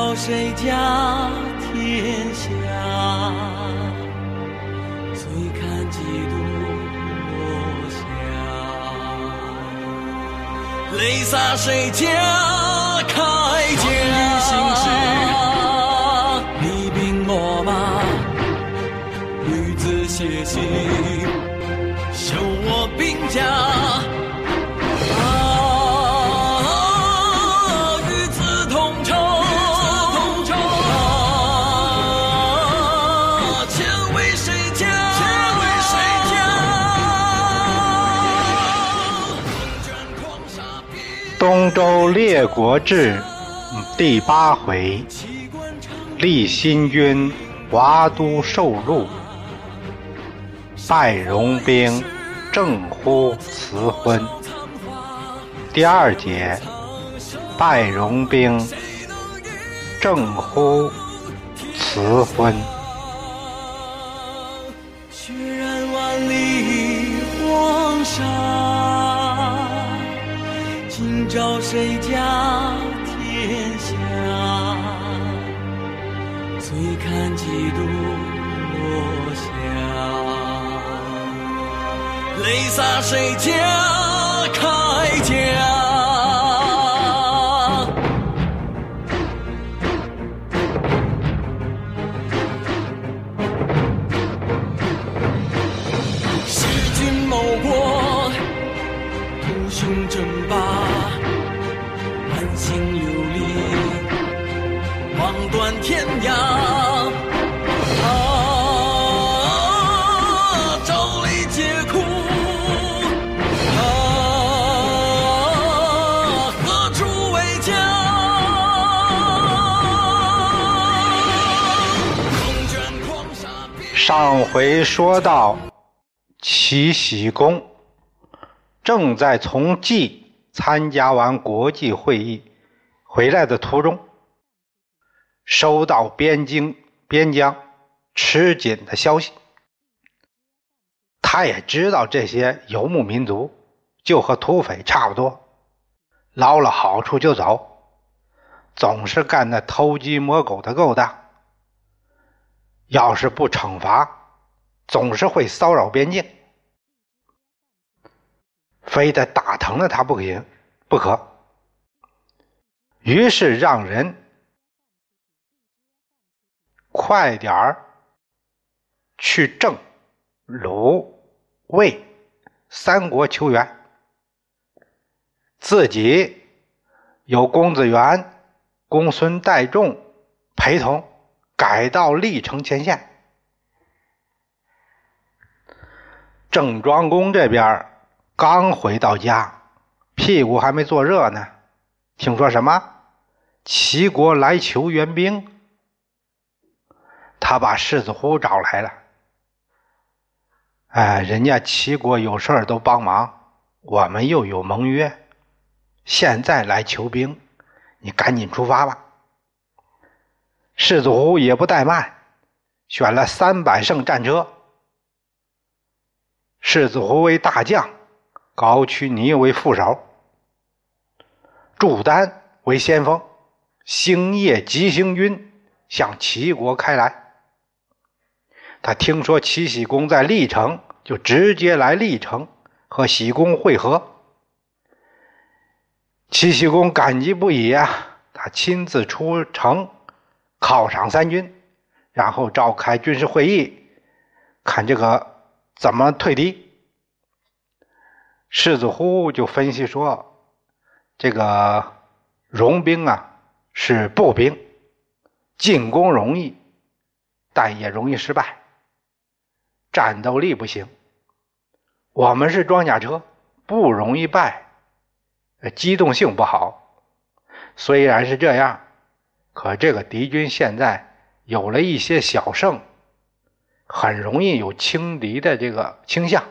朝谁家天下，醉看几度落霞。泪洒谁家铠甲，行事你兵秣马，女子写信修我兵家。 东周列国志第8回，立新君华都受禄，拜戎兵正乎辞婚。第2节，拜戎兵正乎辞婚。 血染万里黄沙，今朝谁家天下，醉看几度落霞。泪洒谁家铠甲，弑君谋国，图雄争霸，满心流离，望断天涯。朝里皆哭，何处为家？ 上回说到齐僖公正在从晋参加完国际会议回来的途中，收到边疆吃紧的消息。他也知道这些游牧民族就和土匪差不多，捞了好处就走，总是干那偷鸡摸狗的勾当，要是不惩罚，总是会骚扰边境，非得打疼了他不可。于是让人快点儿去郑、鲁、魏3国求援，自己有公子元、公孙代仲陪同改到历城前线。郑庄公这边刚回到家，屁股还没坐热呢，听说什么齐国来求援兵，他把世子呼找来了。人家齐国有事儿都帮忙，我们又有盟约，现在来求兵，你赶紧出发吧。世子呼也不怠慢，选了300乘战车，世子呼为大将，高渠尼为副手，祝丹为先锋，星夜急行军向齐国开来。他听说齐僖公在历城，就直接来历城和僖公会合。齐僖公感激不已啊，他亲自出城犒赏3军，然后召开军事会议，看这个怎么退敌。世子呼就分析说，这个戎兵是步兵，进攻容易，但也容易失败，战斗力不行。我们是装甲车，不容易败，机动性不好。虽然是这样，可这个敌军现在有了一些小胜，很容易有轻敌的这个倾向。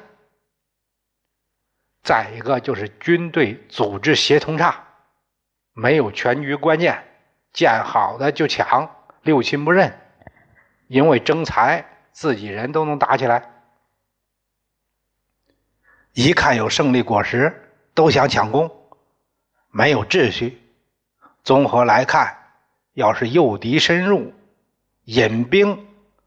再一个就是军队组织协同差，没有全局观念，见好的就抢，六亲不认，因为争财，自己人都能打起来。一看有胜利果实，都想抢攻，没有秩序。综合来看， 要是诱敌深入，引兵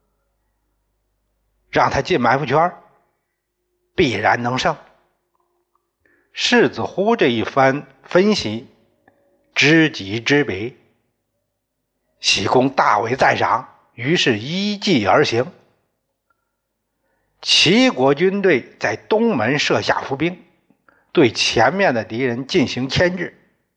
让他进埋伏圈，必然能胜。世子呼这一番分析，知己知彼，喜公大为赞赏，于是依计而行。齐国军队在东门设下伏兵，对前面的敌人进行牵制。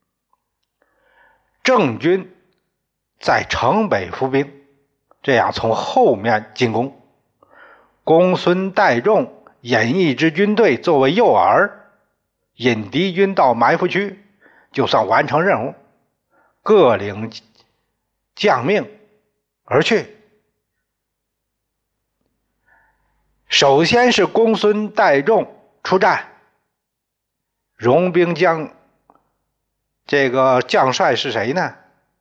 郑军在城北伏兵，这样从后面进攻。公孙代仲引一支军队作为诱饵，引敌军到埋伏区，就算完成任务，各领将命而去。首先是公孙代仲出战，戎兵这个将帅是谁呢？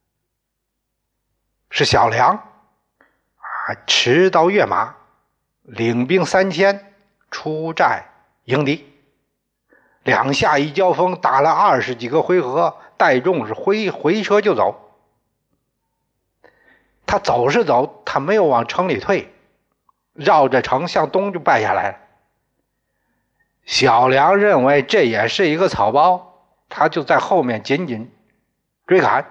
是小梁持刀跃马，领兵3000出战迎敌。两下一交锋，打了20几个回合，代仲是回车就走。他走是走，他没有往城里退，绕着城向东就败下来了。小梁认为这也是一个草包，他就在后面紧紧追赶。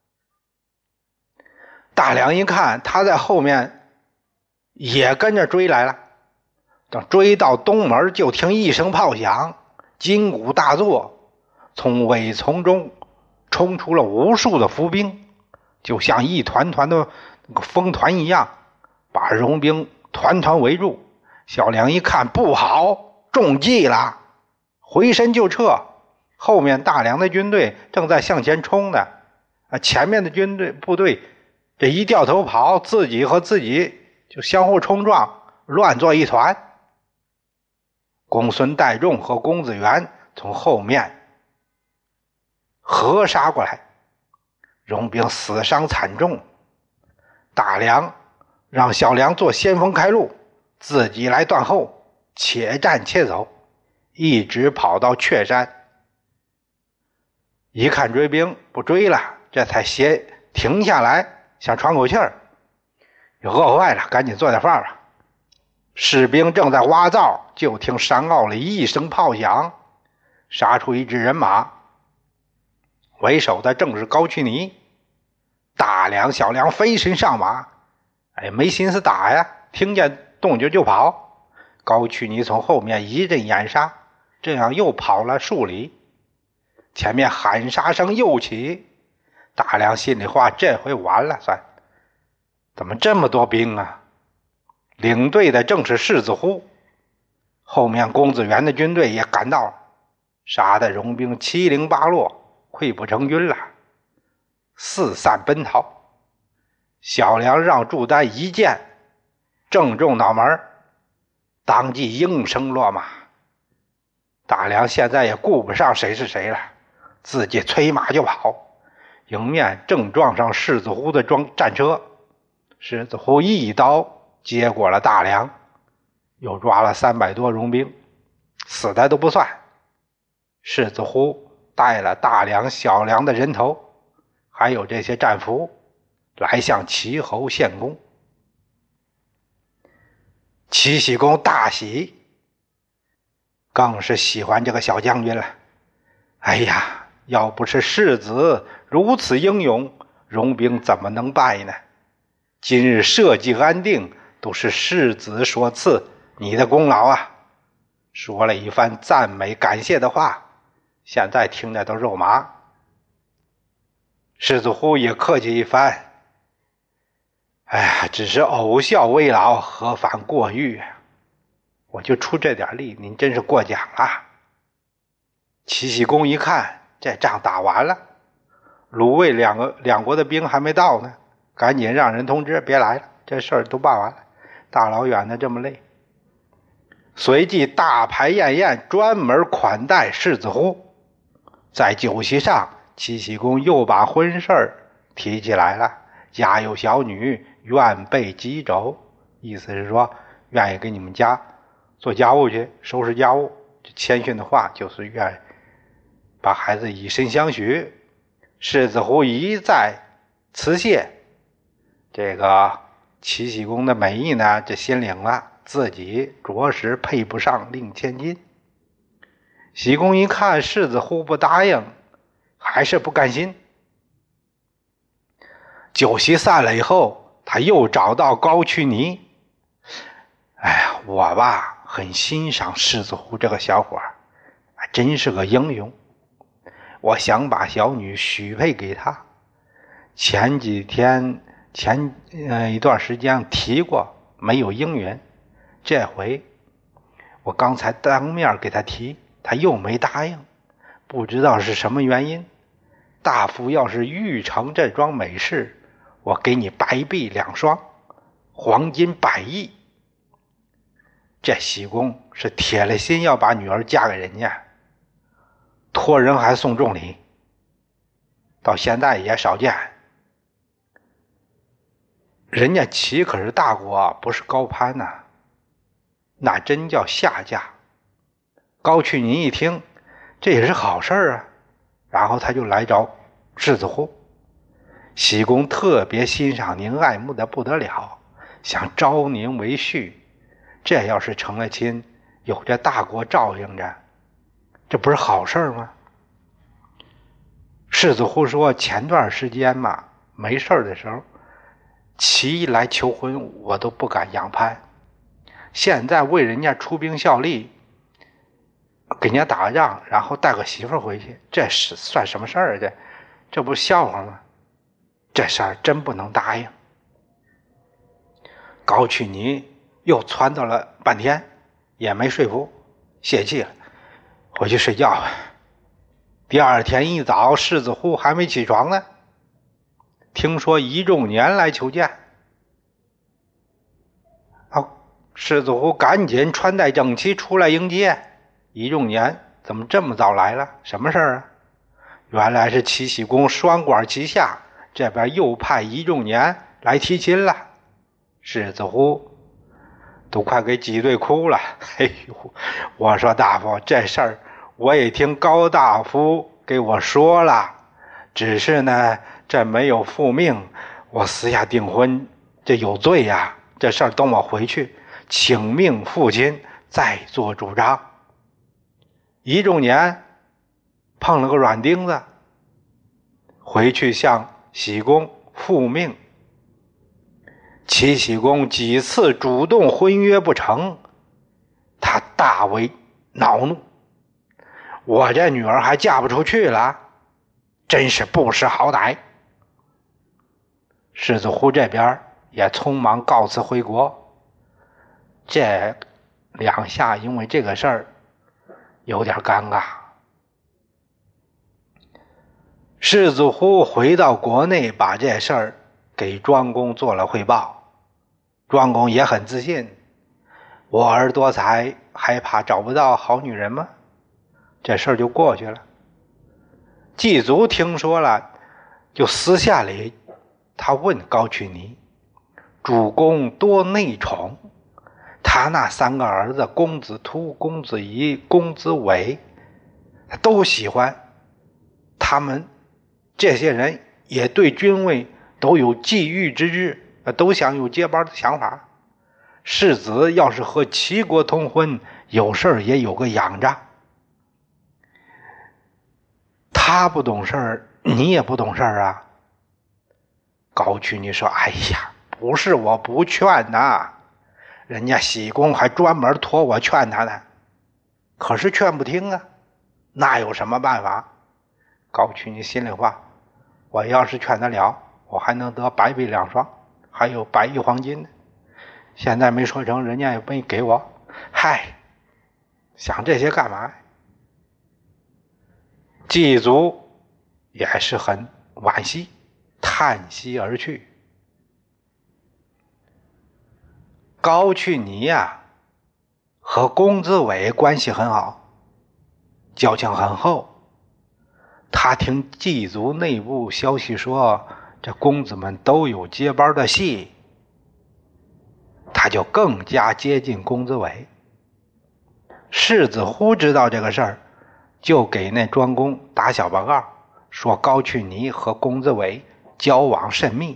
大梁一看他在后面也跟着追来了，等追到东门，就听一声炮响，金鼓大作，从尾丛中冲出了无数的伏兵，就像一团团的那个风团一样，把戎兵团团围住。小梁一看不好，中计了，回身就撤。后面大梁的军队正在向前冲呢，前面的部队这一掉头跑，自己和自己就相互冲撞，乱作一团。公孙代仲和公子元从后面合杀过来，戎兵死伤惨重。大梁让小梁做先锋开路，自己来断后，且战且走，一直跑到雀山。一看追兵不追了，这才停下来，想喘口气儿。饿坏了，赶紧做点饭吧。士兵正在挖灶，就听山坳里一声炮响，杀出一支人马，为首的正是高渠尼。大梁小梁飞身上马，没心思打呀，听见动静就跑。高渠尼从后面一阵掩杀，这样又跑了数里。前面喊杀声又起，大梁心里话，这回完了，怎么这么多兵啊？领队的正是世子呼，后面公子元的军队也赶到了，杀的戎兵七零八落，溃不成军了，四散奔逃。小梁让祝丹一箭正中脑门，当即应声落马。大梁现在也顾不上谁是谁了，自己催马就跑，迎面正撞上世子呼的战车。世子呼一刀接过了大梁，又抓了300多戎兵，死的都不算。世子呼带了大梁小梁的人头，还有这些战俘，来向齐侯献功。齐僖公大喜，更是喜欢这个小将军了。哎呀，要不是世子如此英勇，戎兵怎么能败呢？今日社稷安定，都是世子所赐，你的功劳啊！说了一番赞美感谢的话，现在听着都肉麻。世子呼也客气一番，哎呀，只是偶效未老，何妨过誉，我就出这点力，您真是过奖了。齐僖公一看这仗打完了，鲁卫两国的兵还没到呢，赶紧让人通知别来了，这事儿都办完了，大老远的这么累。随即大排宴宴，专门款待世子呼。在酒席上，齐僖公又把婚事提起来了，家有小女，愿备吉帚，意思是说愿意给你们家做家务去，收拾家务。这谦逊的话就是愿把孩子以身相许。世子呼一再辞谢。这个齐僖公的美意呢，这心领了，自己着实配不上令千金。僖公一看世子乎不答应，还是不甘心。酒席散了以后，他又找到高渠尼。哎呀，我吧很欣赏世子乎这个小伙儿，真是个英雄。我想把小女许配给他。前一段时间提过，没有应允。这回我刚才当面给他提，他又没答应，不知道是什么原因。大夫要是欲成这桩美事，我给你白璧2双，黄金100亿。这僖公是铁了心要把女儿嫁给人家，托人还送重礼，到现在也少见。人家齐可是大国，不是高攀呐，那真叫下嫁。高渠尼一听，这也是好事啊，然后他就来找世子乎。僖公特别欣赏您，爱慕的不得了，想招您为婿。这要是成了亲，有这大国照应着，这不是好事吗？世子乎说，前段时间嘛，没事的时候，齐来求婚，我都不敢仰攀。现在为人家出兵效力，给人家打仗，然后带个媳妇回去，这是算什么事儿？这不笑话吗？这事儿真不能答应。高渠尼又撺掇了半天，也没说服，泄气了，回去睡觉吧。第二天一早，世子乎还没起床呢，听说仪仲年来求见。世子乎赶紧穿戴整齐出来迎接。仪仲年怎么这么早来了？什么事儿啊？原来是齐僖公双管齐下，这边又派仪仲年来提亲了。世子乎都快给挤兑哭了。哎呦，我说大夫，这事儿我也听高大夫给我说了，只是呢这没有复命，我私下订婚，这有罪呀。这事儿等我回去请命父亲再做主张。仪仲年碰了个软钉子，回去向僖公复命。齐僖公几次主动婚约不成，他大为恼怒，我这女儿还嫁不出去了，真是不识好歹。世子乎这边也匆忙告辞回国。这两下因为这个事儿有点尴尬。世子乎回到国内，把这事儿给庄公做了汇报。庄公也很自信，我儿多才，还怕找不到好女人吗？这事儿就过去了。季族听说了，就私下里他问高渠尼，主公多内宠，他那3个儿子公子突、公子仪、公子伟都喜欢，他们这些人也对君位都有觊觎之志，都想有接班的想法。世子要是和齐国通婚，有事儿也有个仰仗。他不懂事儿，你也不懂事儿啊。高渠尼说，哎呀，不是我不劝呐，人家僖公还专门托我劝他呢，可是劝不听啊，那有什么办法？高渠尼心里话，我要是劝得了，我还能得白璧2双，还有100亿黄金呢。现在没说成，人家也没给我，嗨，想这些干嘛？季族也是很惋惜，叹息而去。高渠尼呀，和公子伟关系很好，交情很厚。他听季族内部消息说，这公子们都有接班的戏，他就更加接近公子伟。世子乎知道这个事儿，就给那庄公打小报告，说高渠尼和公子伟交往甚密，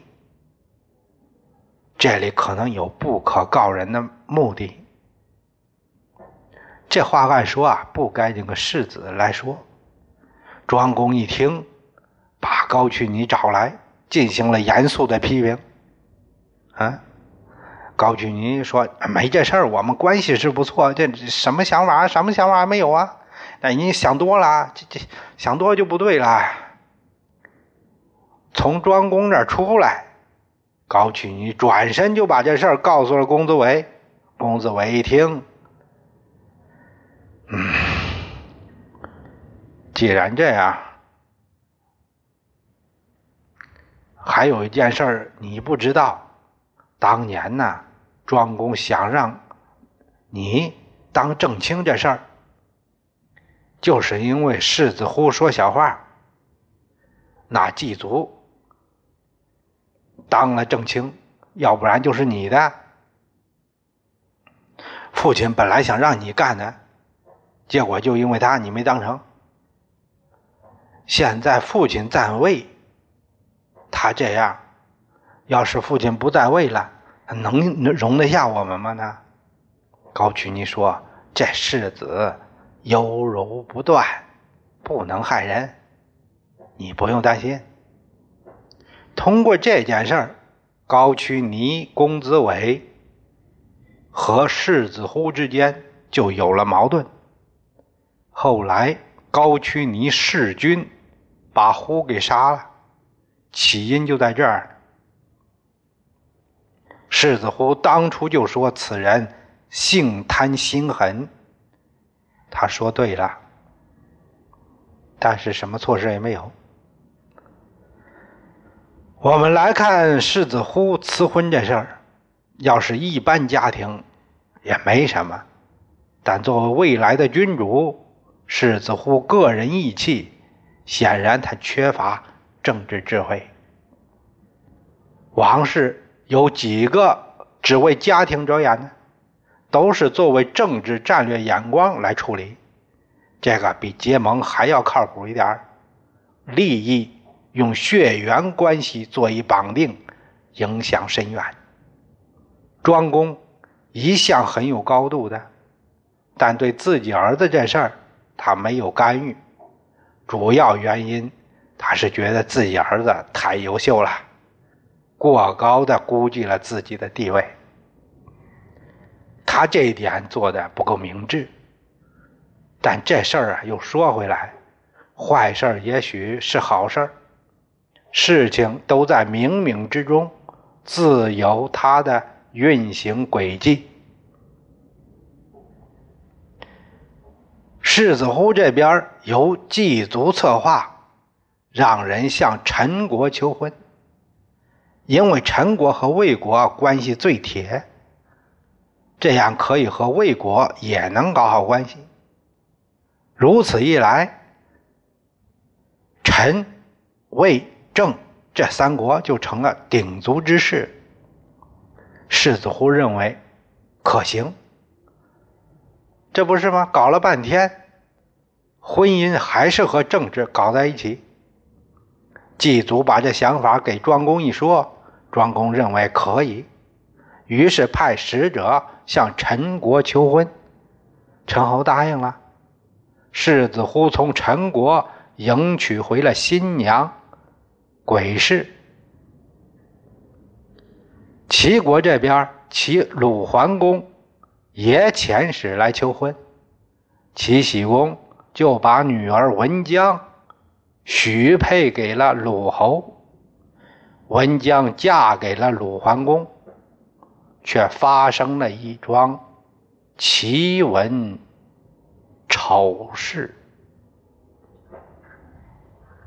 这里可能有不可告人的目的。这话按说啊，不该这个世子来说。庄公一听，把高渠尼找来，进行了严肃的批评。高渠尼说：“没这事儿，我们关系是不错，这什么想法没有啊？但你想多了，这想多就不对了。”从庄公这儿出来，高渠尼转身就把这事儿告诉了公子伟。公子伟一听，既然这样，还有一件事儿你不知道。当年呢，庄公想让你当正卿这事儿，就是因为世子乎说小话，那祭祖当了正卿，要不然就是你的。父亲本来想让你干的，结果就因为他你没当成。现在父亲在位，他这样，要是父亲不在位了，能容得下我们吗呢？高渠尼说：“这世子优柔不断，不能害人，你不用担心。”通过这件事儿，高渠尼、公子伟和世子乎之间就有了矛盾。后来高渠尼弑君，把乎给杀了，起因就在这儿。世子乎当初就说此人性贪心狠，他说对了，但是什么措施也没有。我们来看世子乎赐婚这事儿，要是一般家庭也没什么，但作为未来的君主，世子乎个人义气，显然他缺乏政治智慧。王室有几个只为家庭着眼呢？都是作为政治战略眼光来处理，这个比结盟还要靠谱一点。利益用血缘关系做一绑定，影响深远。庄公一向很有高度的，但对自己儿子这事儿他没有干预，主要原因他是觉得自己儿子太优秀了，过高的估计了自己的地位。他这一点做的不够明智。但这事儿又说回来，坏事也许是好事，事情都在冥冥之中，自有它的运行轨迹。世子乎这边由祭祖策划，让人向陈国求婚，因为陈国和魏国关系最铁，这样可以和魏国也能搞好关系。如此一来，陈、魏、郑这三国就成了鼎足之势。世子乎认为可行，这不是吗？搞了半天，婚姻还是和政治搞在一起。祭祖把这想法给庄公一说，庄公认为可以，于是派使者向陈国求婚，陈侯答应了。世子乎从陈国迎娶回了新娘轨氏。齐国这边，齐鲁桓公也遣使来求婚，齐僖公就把女儿文姜许配给了鲁侯，文姜嫁给了鲁桓公，却发生了一桩奇闻丑事。